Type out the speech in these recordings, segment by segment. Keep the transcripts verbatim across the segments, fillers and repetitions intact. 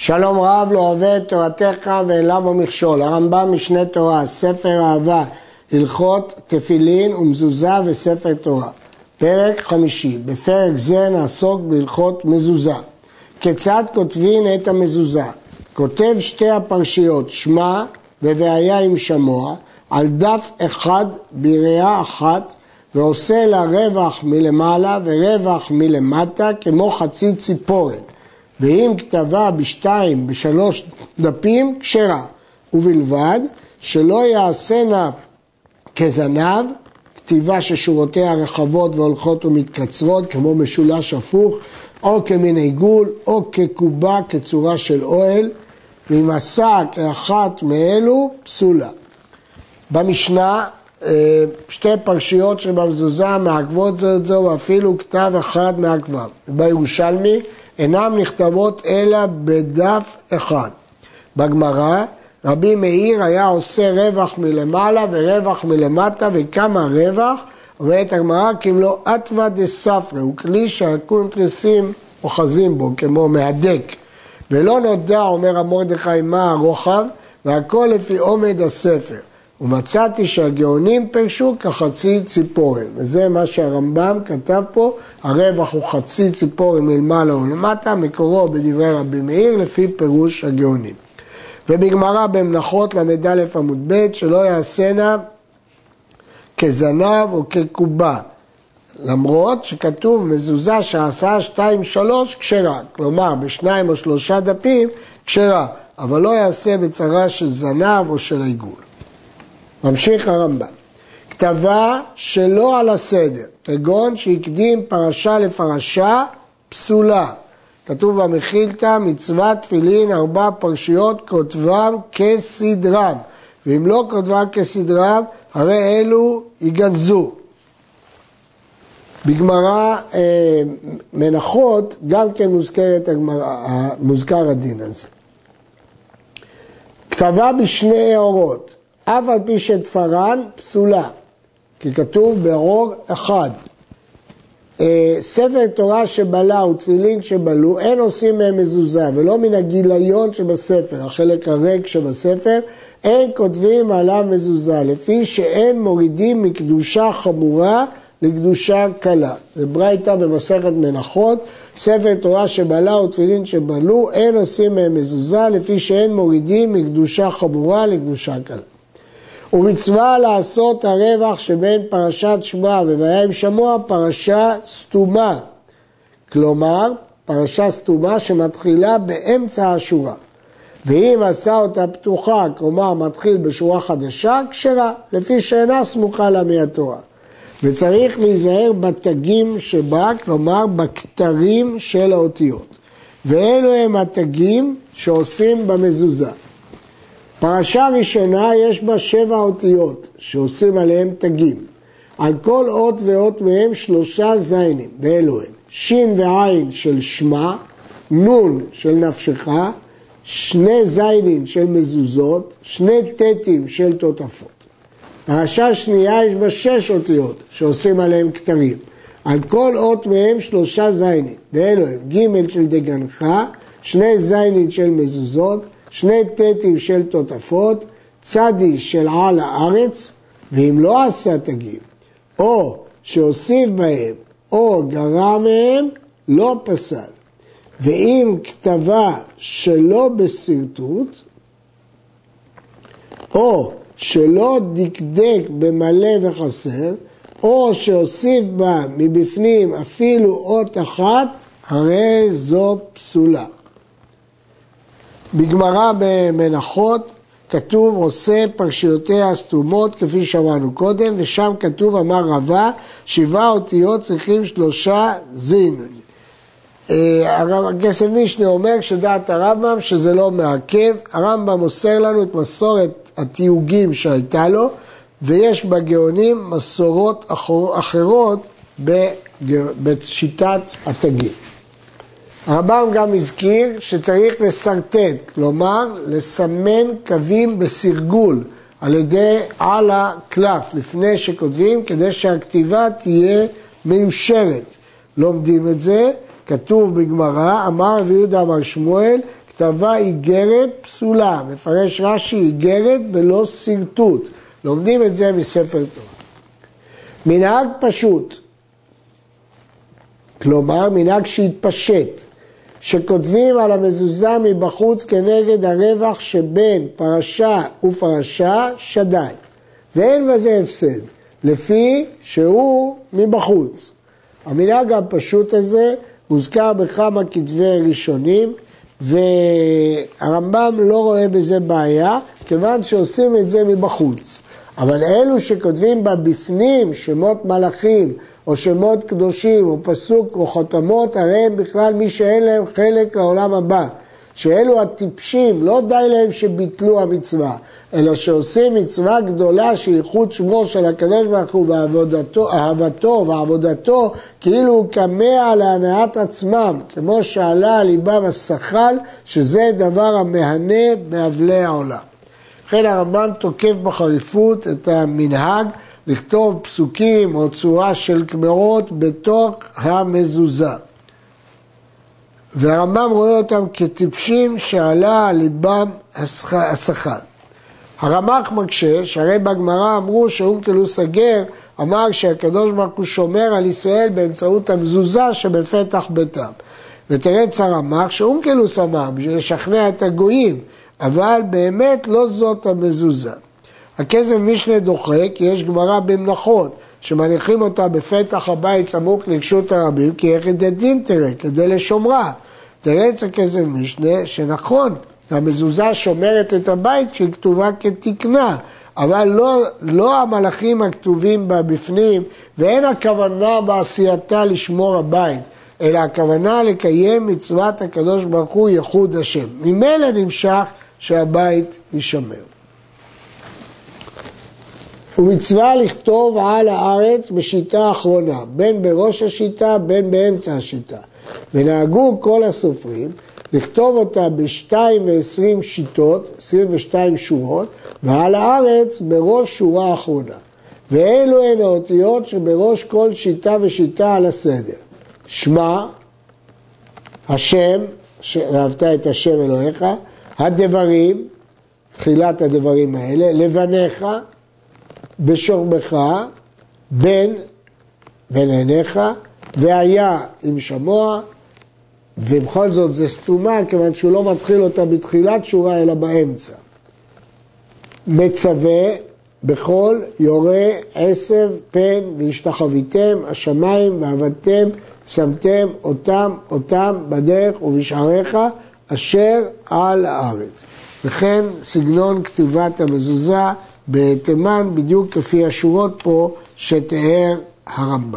שלום רב לא אוהב את תורתך ואין למה מכשול. הרמב"ם משנה תורה, ספר אהבה, הלכות תפילין ומזוזה וספר תורה. פרק חמישי. בפרק זה נעסוק בהלכות מזוזה. כיצד כותבין את המזוזה? כותב שתי הפרשיות, שמע ובעיה עם שמוע, על דף אחד ביריעה אחת, ועושה לה רווח מלמעלה ורווח מלמטה כמו חצי ציפורן. ואם כתבה בשתיים, בשלוש דפים, כשרה. ובלבד שלא יעשנה כזנב, כתיבה ששורותיה רחבות והולכות ומתקצרות, כמו משולש הפוך, או כמין עיגול, או כקובה כצורה של אוהל, ואם עשה כאחת מאלו, פסולה. במשנה, שתי פרשיות שבמזוזה מעכבות זו את זו, ואפילו כתב אחד מעכבם. בירושלמי, אינם נכתבות אלא בדף אחד. בגמרא, רבי מאיר היה עושה רווח מלמעלה ורווח מלמטה, וכמה רווח, ואת הגמרא כמלוא אטווה דספרא, הוא כלי שהקונטרסים אוחזים בו כמו מהדק. ולא נודע, אומר המרדכי, מה הרוחב, והכל לפי עומד הספר. ומצאתי שהגאונים פרשו כחצי ציפורן, וזה מה שהרמב"ם כתב פה, הרווח הוא חצי ציפורן מלמעלה ולמטה, מקורו בדברי רבי מאיר לפי פירוש הגאונים. ובגמרא במנחות למד א' עמוד ב' שלא יעשנה כזנב או כקובה, למרות שכתוב מזוזה שעשה שתיים שלוש כשרה, כלומר בשניים או שלושה דפים כשרה, אבל לא יעשה בצרה של זנב או של עיגול. ממשיך הרמב"ם, כתבה שלא על הסדר, כגון שהקדים פרשה לפרשה, פסולה. כתוב במחילתא, מצוות תפילין ארבע פרשיות כותבם כסדרם, ואם לא כותבם כסדרם, הרי אלו ייגנזו. בגמרא אה, מנחות גם כן מוזכרת הגמרא, מוזכר הדין הזה. כתבה בשני אורות, אף על פי שתפרן פסולה, כי כתוב באור אחד. ספר תורה שבלה ותפילין שבלו, אין עושים מהם מזוזה, ולא מן הגיליון שבספר, החלק הריק שבספר, אין כותבים עליו מזוזה, לפי שאין מורידים מקדושה חמורה לקדושה קלה. זה ברייתא במסכת מנחות, ספר תורה שבלה ותפילין שבלו, אין עושים מהם מזוזה, לפי שאין מורידים מקדושה חמורה לקדושה קלה. ומצווה לעשות הרווח שבין פרשת שמע ובעיה עם שמוע פרשה סתומה, כלומר פרשה סתומה שמתחילה באמצע השורה, ואם עשה אותה פתוחה, כלומר מתחיל בשורה חדשה, כשרה, לפי שאינה סמוכה לה מהתורה. וצריך להיזהר בתגים שבה, כלומר בכתרים של האותיות, ואלו הם התגים שעושים במזוזה. פרשה ראשונה יש בה שבע אותיות שעושים עליהם תגים. על כל אות ואות מהם שלושה זיינים, ואלו הם שין ועין של שמע, נון של נפשך, שני זיינים של מזוזות, שני תתים של תותפות. פרשה שנייה יש בה שש אותיות שעושים עליהם כתרים. על כל אות מהם שלושה זיינים, ואלו הם ג' של דגנך, שני זיינים של מזוזות, שני תתים של תותפות, צדי של על הארץ, ואם לא עשה תגים, או שהוסיף בהם, או גרע מהם, לא פסל. ואם כתבה שלא בסרטוט, או שלא דקדק במלא וחסר, או שהוסיף בה מבפנים אפילו אות אחת, הרי זו פסולה. בגמרא במנחות כתוב עושה פרשיותיה הסתומות כפי שאמרנו קודם, ושם כתוב אמר רבה שבעה אותיות צריכים שלושה זין. הכסף משנה אומר שדעת הרמב"ם שזה לא מעכב, הרמב"ם מוסר לנו את מסורת התיוגים שהייתה לו, ויש בגאונים מסורות אחרות בשיטת התגים. הרמב"ם גם הזכיר שצריך לסרטט, כלומר לסמן קווים בסרגול על ידי על הקלף לפני שכותבים, כדי שהכתיבה תהיה מיושרת. לומדים את זה, כתוב בגמרא, אמר רבי יהודה אמר שמואל, כתבה איגרת פסולה, מפרש רש"י איגרת בלא סרטוט. לומדים את זה מספר תורה. מנהג פשוט, כלומר מנהג שהתפשט, שכותבים על המזוזה מבחוץ כנגד הרווח שבין פרשה ופרשה שדי. ואין בזה הפסד, לפי שהוא מבחוץ. המנהג הפשוט הזה מוזכר בכמה כתבי ראשונים, והרמב"ם לא רואה בזה בעיה, כיוון שעושים את זה מבחוץ. אבל אלו שכותבים בה בפנים שמות מלאכים, או שמות קדושים, או פסוק, או חותמות, הרי הם בכלל מי שאין להם חלק לעולם הבא. שאלו הטיפשים, לא די להם שביטלו המצווה, אלא שעושים מצווה גדולה שייחוד שמו של הקדוש ברוך הוא ואהבתו, אהבתו ועבודתו, כאילו הוא כמה להנאת עצמם, כמו שעלה על ליבם השכל, שזה דבר המהנה באבלי העולם. לכן הרמב"ם תוקף בחריפות את המנהג לכתוב פסוקים או צורה של קמרות בתוך המזוזה. והרמב"ם רואה אותם כטיפשים שעלה על ליבם השכל. הרמ"ח מקשה, שהרי בגמרא אמרו שאונקלוס הגר אמר שהקדוש ברוך הוא שומר על ישראל באמצעות המזוזה שבפתח ביתם. ותרץ הרמ"ח שאונקלוס אמר בשביל לשכנע את הגויים, אבל באמת לא זאת המזוזה. הכסף משנה דוחה כי יש גמרא במנחות שמניחים אותה בפתח הבית סמוך לרשות הרבים כי יחד הדין תראה כדי לשומרה. תרץ הכסף משנה שנכון, המזוזה שומרת את הבית כשהיא כתובה כתקנה, אבל לא, לא המלאכים הכתובים בה בפנים, ואין הכוונה בעשייתה לשמור הבית, אלא הכוונה לקיים מצוות הקדוש ברוך הוא ייחוד השם. ממילא נמשך שהבית יישמר. ומצווה לכתוב על הארץ בשיטה האחרונה, בין בראש השיטה, בין באמצע השיטה. ונהגו כל הסופרים לכתוב אותה בשתיים ועשרים שיטות, עשרים ושתיים שורות, ועל הארץ בראש שורה האחרונה. ואלו הן האותיות שבראש כל שיטה ושיטה על הסדר. שמה, השם, ואהבת את השם אלוהיך, הדברים, תחילת הדברים האלה, לבניך, בשורבך, בין, בין עיניך, והיה עם שמוע, ובכל זאת זה סתומה, כיוון שהוא לא מתחיל אותה בתחילת שורה, אלא באמצע. מצווה, בכל, יורה, עשב, פן, והשתחוויתם, השמיים, ועבדתם, שמתם אותם, אותם בדרך ובשעריך, אשר על הארץ. וכן סגנון כתיבת המזוזה בתימן, בדיוק כפי השורות פה שתיאר הרמב"ם.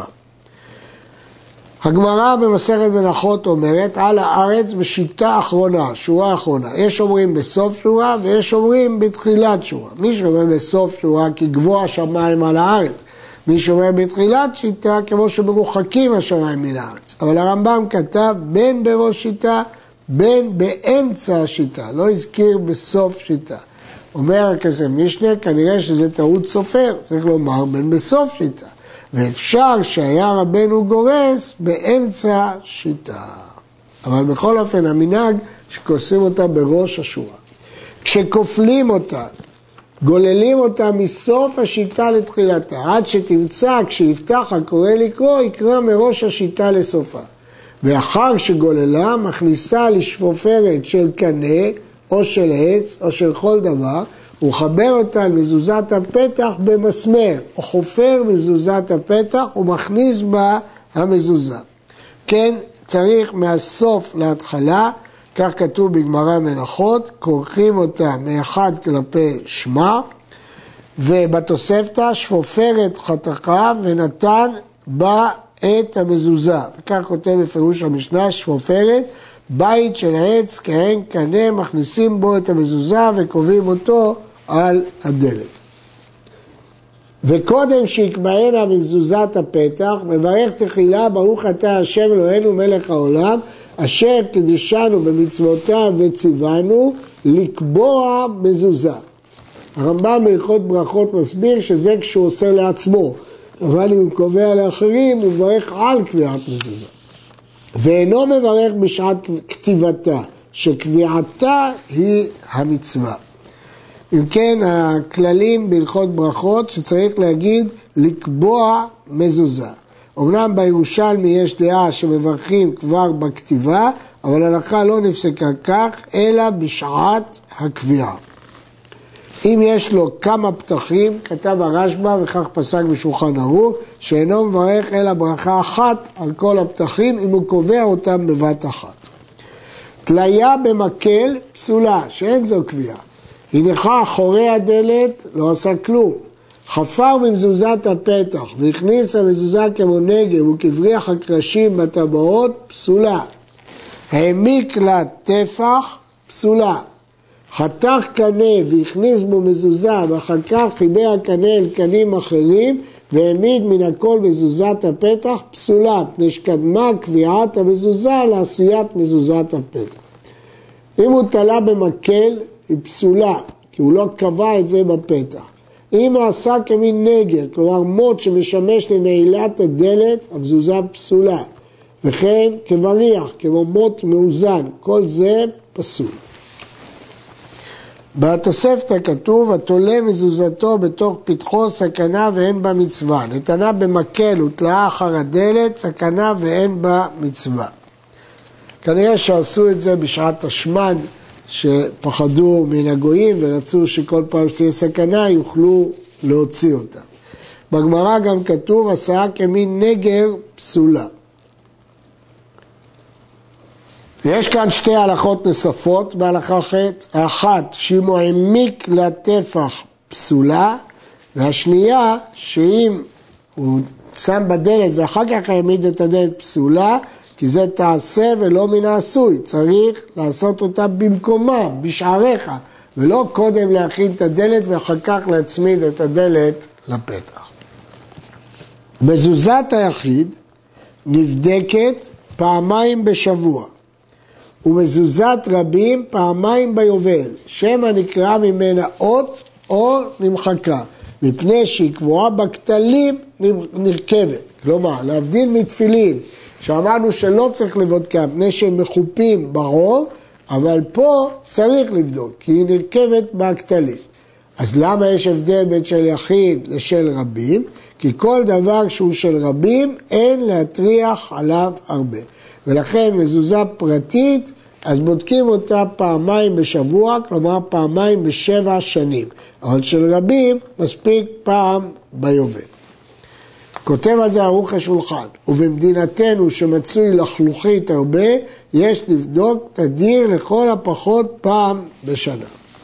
הגמרא במסכת מנחות אומרת על הארץ בשיטה אחרונה, שורה אחרונה. יש אומרים בסוף שורה ויש אומרים בתחילת שורה. מי שאומר בסוף שורה כי גבוה שמיים על הארץ. מי שאומר בתחילת שיטה כמו שמרוחקים השמיים מן הארץ. אבל הרמב"ם כתב בין בראש שיטה בין באמצע השיטה. לא הזכיר בסוף שיטה. אומר כזה משנה כנראה שזה טעות סופר. צריך לומר בין בסוף שיטה. ואפשר שהיה רבנו גורס באמצע שיטה. אבל בכל אופן המנהג שכוסים אותה בראש השורה. כשכופלים אותה, גוללים אותה מסוף השיטה לתחילתה, עד שתמצא כשיפתח הקורא לקרוא, יקרא מראש השיטה לסופה. ואחר שגוללה מכניסה לשפופרת של קנה או של עץ או של כל דבר, הוא חבר אותה על מזוזת הפתח במסמר, או חופר במזוזת הפתח ומכניס בה המזוזה. כן, צריך מהסוף להתחלה, כך כתוב בגמרא מנחות, כורכים אותה מאחד כלפי שמה, ובתוספתא שפופרת חתכה ונתן בה את המזוזה. וכך כותב בפירוש המשנה, שפופרת, בית של עץ כהן קנה, מכניסים בו את המזוזה וקובעים אותו על הדלת. וקודם שיקבענה במזוזת הפתח, מברך תחילה ברוך אתה השם אלוהינו מלך העולם, אשר קדישנו במצוותיו וציוונו לקבוע מזוזה. הרמב"ם בהלכות ברכות מסביר שזה כשהוא עושה לעצמו, אבל אם הוא קובע לאחרים הוא מברך על קביעת מזוזה. ואינו מברך בשעת כתיבתה, שקביעתה היא המצווה. אם כן, הכללים בהלכות ברכות שצריך להגיד לקבוע מזוזה. אמנם בירושלמי יש דעה שמברכים כבר בכתיבה, אבל הלכה לא נפסקה כך, אלא בשעת הקביעה. אם יש לו כמה פתחים, כתב הרשב"א וכך פסק בשולחן ערוך, שאינו מברך אלא ברכה אחת על כל הפתחים, אם הוא קובע אותם בבת אחת. תליה במקל פסולה, שאין זו קביעה. הניחה אחורי הדלת, לא עשה כלום. חפר במזוזת הפתח והכניס המזוזה כמו נגב וכבריח הקרשים בטבעות, פסולה. העמיק לה טפח, פסולה. חתך קנה והכניס בו מזוזה ואחר כך חיבר הקנה אל קנים אחרים והעמיד מן הכל מזוזת הפתח, פסולה, פני שקדמה קביעת המזוזה לעשיית מזוזת הפתח. אם הוא תלה במקל, היא פסולה, כי הוא לא קבע את זה בפתח. אם הוא עשה כמין נגר, כלומר מוט שמשמש לנעילת הדלת, המזוזה פסולה. וכן כבריח, כמו מוט מאוזן, כל זה פסול. בתוספתא כתוב, התולה מזוזתו בתוך פתחו סכנה ואין בה מצווה. נתנה במקל ותלאה אחר הדלת, סכנה ואין בה מצווה. כנראה שעשו את זה בשעת השמד, שפחדו מן הגויים ורצו שכל פעם שתהיה סכנה יוכלו להוציא אותה. בגמרא גם כתוב, עשה כמין נגר פסולה. יש כאן שתי הלכות נוספות בהלכה ח', האחת שאם הוא העמיק לטפח פסולה, והשנייה שאם הוא שם בדלת ואחר כך העמיד את הדלת פסולה, כי זה תעשה ולא מן העשוי, צריך לעשות אותה במקומה, בשעריך, ולא קודם להכין את הדלת ואחר כך להצמיד את הדלת לפתח. מזוזת היחיד נבדקת פעמיים בשבוע. ומזוזת רבים פעמיים ביובל, שמא נקרא ממנה אות או נמחקה, מפני שהיא קבועה בכתלים נרכבת. כלומר, להבדיל מתפילין, שאמרנו שלא צריך לבדוקה, מפני שהם מחופים ברוב, אבל פה צריך לבדוק, כי היא נרכבת בכתלים. אז למה יש הבדל בין של יחיד לשל רבים? כי כל דבר שהוא של רבים, אין להטריח עליו הרבה. ולכן מזוזה פרטית, אז בודקים אותה פעמיים בשבוע, כלומר פעמיים בשבע שנים. אבל של רבים מספיק פעם ביובל. כותב על זה ערוך השולחן, ובמדינתנו שמצוי לחלוכית הרבה, יש לבדוק תדיר לכל הפחות פעם בשנה.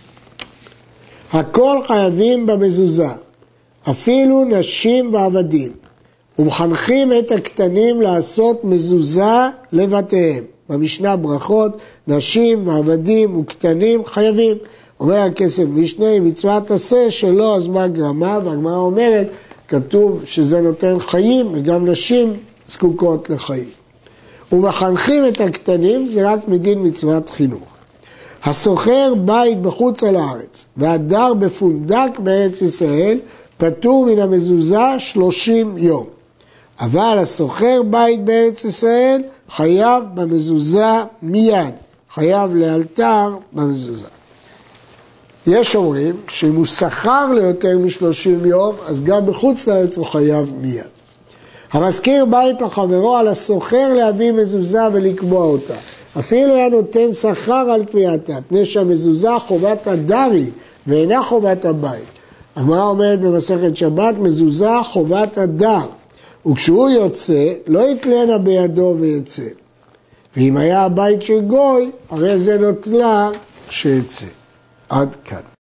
הכל חייבים במזוזה, אפילו נשים ועבדים. ומחנכים את הקטנים לעשות מזוזה לבתיהם. במשנה ברכות, נשים ועבדים וקטנים חייבים. אומר הכסף משנה, מצוות עשה שלא אז מה גרמה, והגמרא אומרת, כתוב שזה נותן חיים וגם נשים זקוקות לחיים. ומחנכים את הקטנים זה רק מדין מצוות חינוך. הסוחר בית בחוץ על הארץ והדר בפונדק בארץ ישראל, פטור מן המזוזה שלושים יום. אבל הסוחר בית בארץ ישראל חייב במזוזה מיד, חייב לאלתר במזוזה. יש אומרים שאם הוא שכר ליותר משלושים יום, אז גם בחוץ לארץ הוא חייב מיד. המזכיר בית לחברו על הסוחר להביא מזוזה ולקבוע אותה. אפילו היה נותן שכר על קביעתה, פני שהמזוזה חובת הדרי ואינה חובת הבית. הגמרא אומרת במסכת שבת, מזוזה חובת הדר. וכשהוא יוצא, לא יתלנה בידו ויצא. ואם היה הבית של גוי, הרי זה נוטלה שיצא. עד כאן.